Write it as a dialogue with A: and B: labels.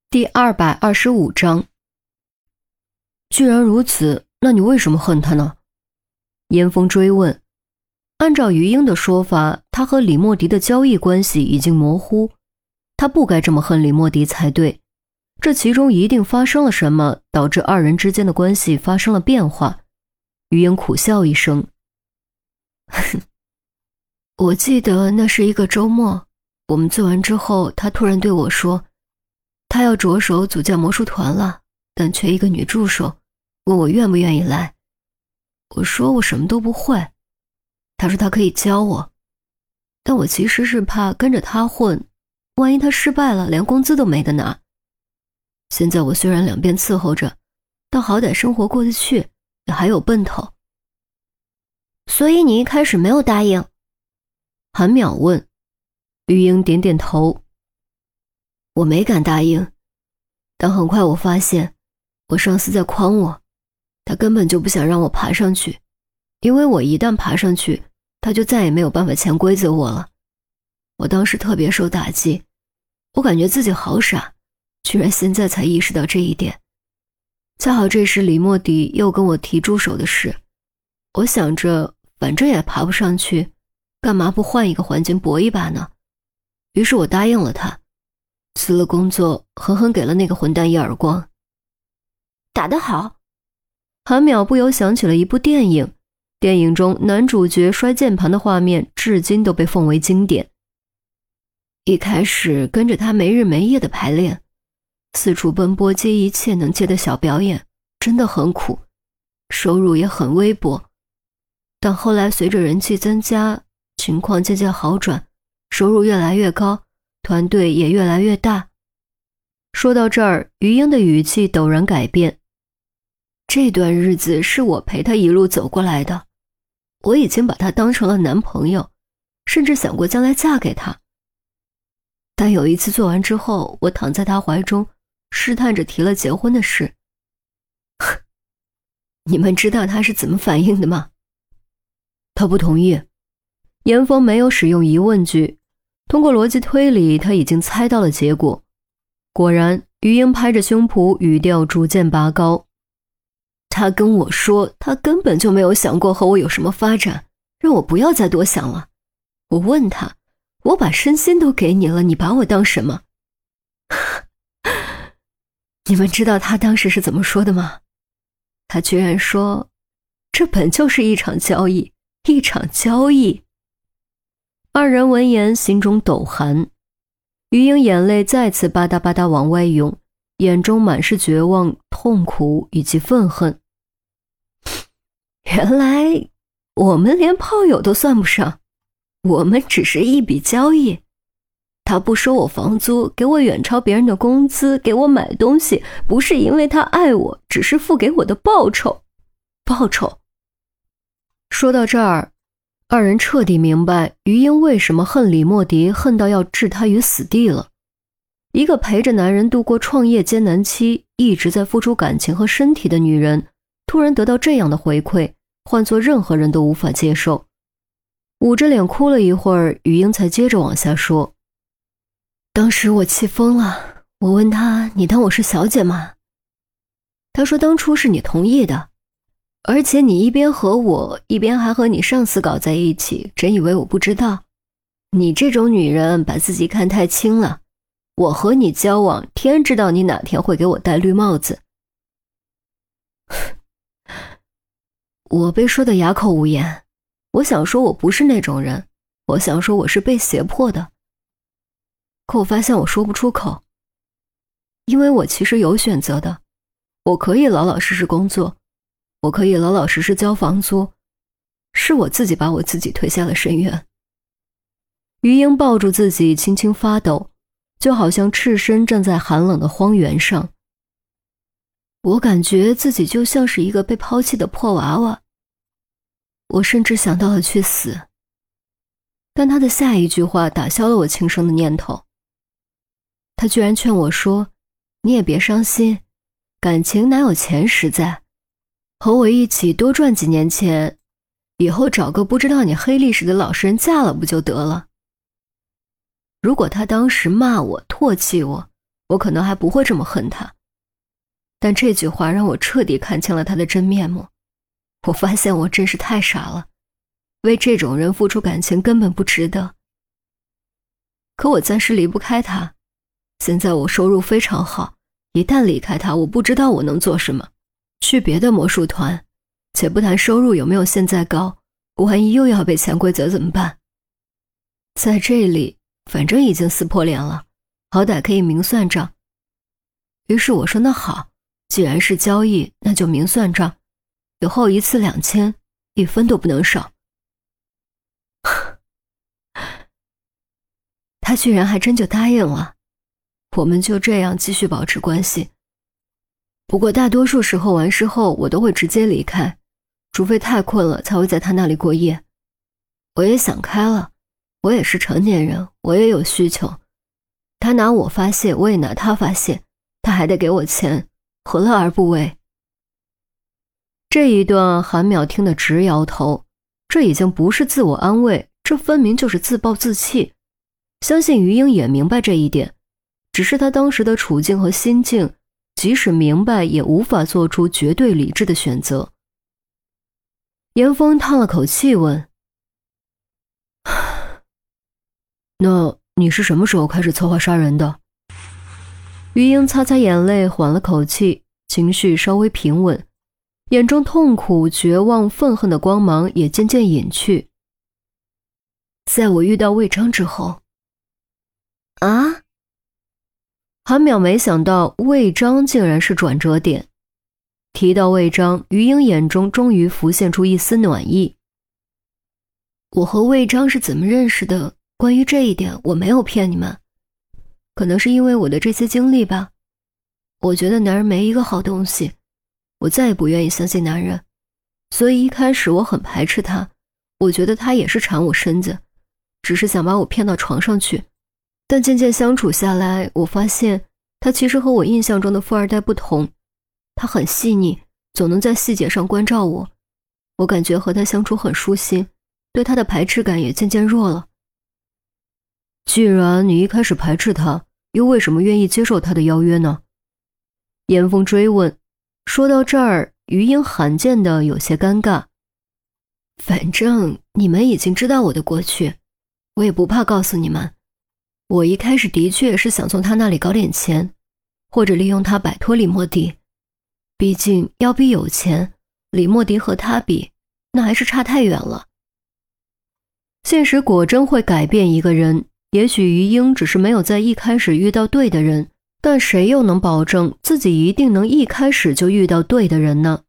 A: 第225章。居然如此，那你为什么恨他呢？严峰追问。按照于英的说法，他和李莫迪的交易关系已经模糊，他不该这么恨李莫迪才对，这其中一定发生了什么，导致二人之间的关系发生了变化。于英苦笑一声。我记得那是一个周末，我们做完之后，他突然对我说，他要着手组建魔术团了，但缺一个女助手，问我愿不愿意来。我说我什么都不会，他说他可以教我，但我其实是怕跟着他混，万一他失败了，连工资都没得拿。现在我虽然两边伺候着，但好歹生活过得去，也还有奔头。
B: 所以你一开始没有答应？
A: 韩淼问。于英点点头。我没敢答应，但很快我发现，我上司在诓我，他根本就不想让我爬上去，因为我一旦爬上去，他就再也没有办法潜规则我了。我当时特别受打击，我感觉自己好傻，居然现在才意识到这一点。恰好这时李莫迪又跟我提助手的事，我想着反正也爬不上去，干嘛不换一个环境搏一把呢？于是我答应了他，辞了工作，狠狠给了那个混蛋一耳光。
B: 打得好。
A: 韩淼不由想起了一部电影，电影中男主角摔键盘的画面至今都被奉为经典。一开始跟着他没日没夜的排练，四处奔波接一切能接的小表演，真的很苦，收入也很微薄。但后来随着人气增加，情况渐渐好转，收入越来越高，团队也越来越大。说到这儿，于英的语气陡然改变。这段日子是我陪他一路走过来的，我已经把他当成了男朋友，甚至想过将来嫁给他。但有一次做完之后，我躺在他怀中，试探着提了结婚的事。你们知道他是怎么反应的吗？他不同意。严峰没有使用疑问句，通过逻辑推理，他已经猜到了结果。果然，于英拍着胸脯，语调逐渐拔高。他跟我说，他根本就没有想过和我有什么发展，让我不要再多想了。我问他，我把身心都给你了，你把我当什么？你们知道他当时是怎么说的吗？他居然说，这本就是一场交易，一场交易。二人闻言心中抖寒，于英眼泪再次吧嗒吧嗒往外涌，眼中满是绝望、痛苦以及愤恨。原来我们连炮友都算不上，我们只是一笔交易。他不收我房租，给我远超别人的工资，给我买东西，不是因为他爱我，只是付给我的报酬。报酬。说到这儿，二人彻底明白于英为什么恨李莫迪，恨到要置他于死地了。一个陪着男人度过创业艰难期，一直在付出感情和身体的女人，突然得到这样的回馈，换做任何人都无法接受。捂着脸哭了一会儿，于英才接着往下说。当时我气疯了，我问他，你当我是小姐吗？他说当初是你同意的，而且你一边和我，一边还和你上司搞在一起，真以为我不知道？你这种女人把自己看太轻了，我和你交往，天知道你哪天会给我戴绿帽子。我被说得哑口无言，我想说我不是那种人，我想说我是被胁迫的。可我发现我说不出口，因为我其实有选择的，我可以老老实实工作，我可以老老实实交房租，是我自己把我自己推下了深渊。于英抱住自己轻轻发抖，就好像赤身站在寒冷的荒原上。我感觉自己就像是一个被抛弃的破娃娃，我甚至想到了去死。但他的下一句话打消了我轻生的念头。他居然劝我说，你也别伤心，感情哪有钱实在，和我一起多赚几年钱，以后找个不知道你黑历史的老实人嫁了不就得了。如果他当时骂我、唾弃我， 我可能还不会这么恨他。但这句话让我彻底看清了他的真面目。我发现我真是太傻了，为这种人付出感情根本不值得。可我暂时离不开他，现在我收入非常好，一旦离开他，我不知道我能做什么。去别的魔术团，且不谈收入有没有现在高，万一又要被潜规则怎么办？在这里，反正已经撕破脸了，好歹可以明算账。于是我说那好，既然是交易，那就明算账，以后一次2000，一分都不能少。他居然还真就答应了，我们就这样继续保持关系。不过大多数时候完事后，我都会直接离开，除非太困了才会在他那里过夜。我也想开了，我也是成年人，我也有需求。他拿我发泄，我也拿他发泄，他还得给我钱，何乐而不为？这一段韩淼听得直摇头，这已经不是自我安慰，这分明就是自暴自弃。相信于英也明白这一点，只是他当时的处境和心境，即使明白也无法做出绝对理智的选择。严峰叹了口气问：那你是什么时候开始策划杀人的？于英擦擦眼泪，缓了口气，情绪稍微平稳，眼中痛苦、绝望、愤恨的光芒也渐渐隐去。在我遇到魏章之后。啊？韩淼没想到魏章竟然是转折点。提到魏章，于英眼中终于浮现出一丝暖意。我和魏章是怎么认识的？关于这一点，我没有骗你们。可能是因为我的这些经历吧。我觉得男人没一个好东西，我再也不愿意相信男人，所以一开始我很排斥他，我觉得他也是馋我身子，只是想把我骗到床上去。但渐渐相处下来，我发现他其实和我印象中的富二代不同，他很细腻，总能在细节上关照我，我感觉和他相处很舒心，对他的排斥感也渐渐弱了。既然你一开始排斥他，又为什么愿意接受他的邀约呢？严峰追问。说到这儿，于英罕见的有些尴尬。反正你们已经知道我的过去，我也不怕告诉你们。我一开始的确是想从他那里搞点钱，或者利用他摆脱李莫迪。毕竟要比有钱，李莫迪和他比，那还是差太远了。现实果真会改变一个人，也许于英只是没有在一开始遇到对的人，但谁又能保证自己一定能一开始就遇到对的人呢？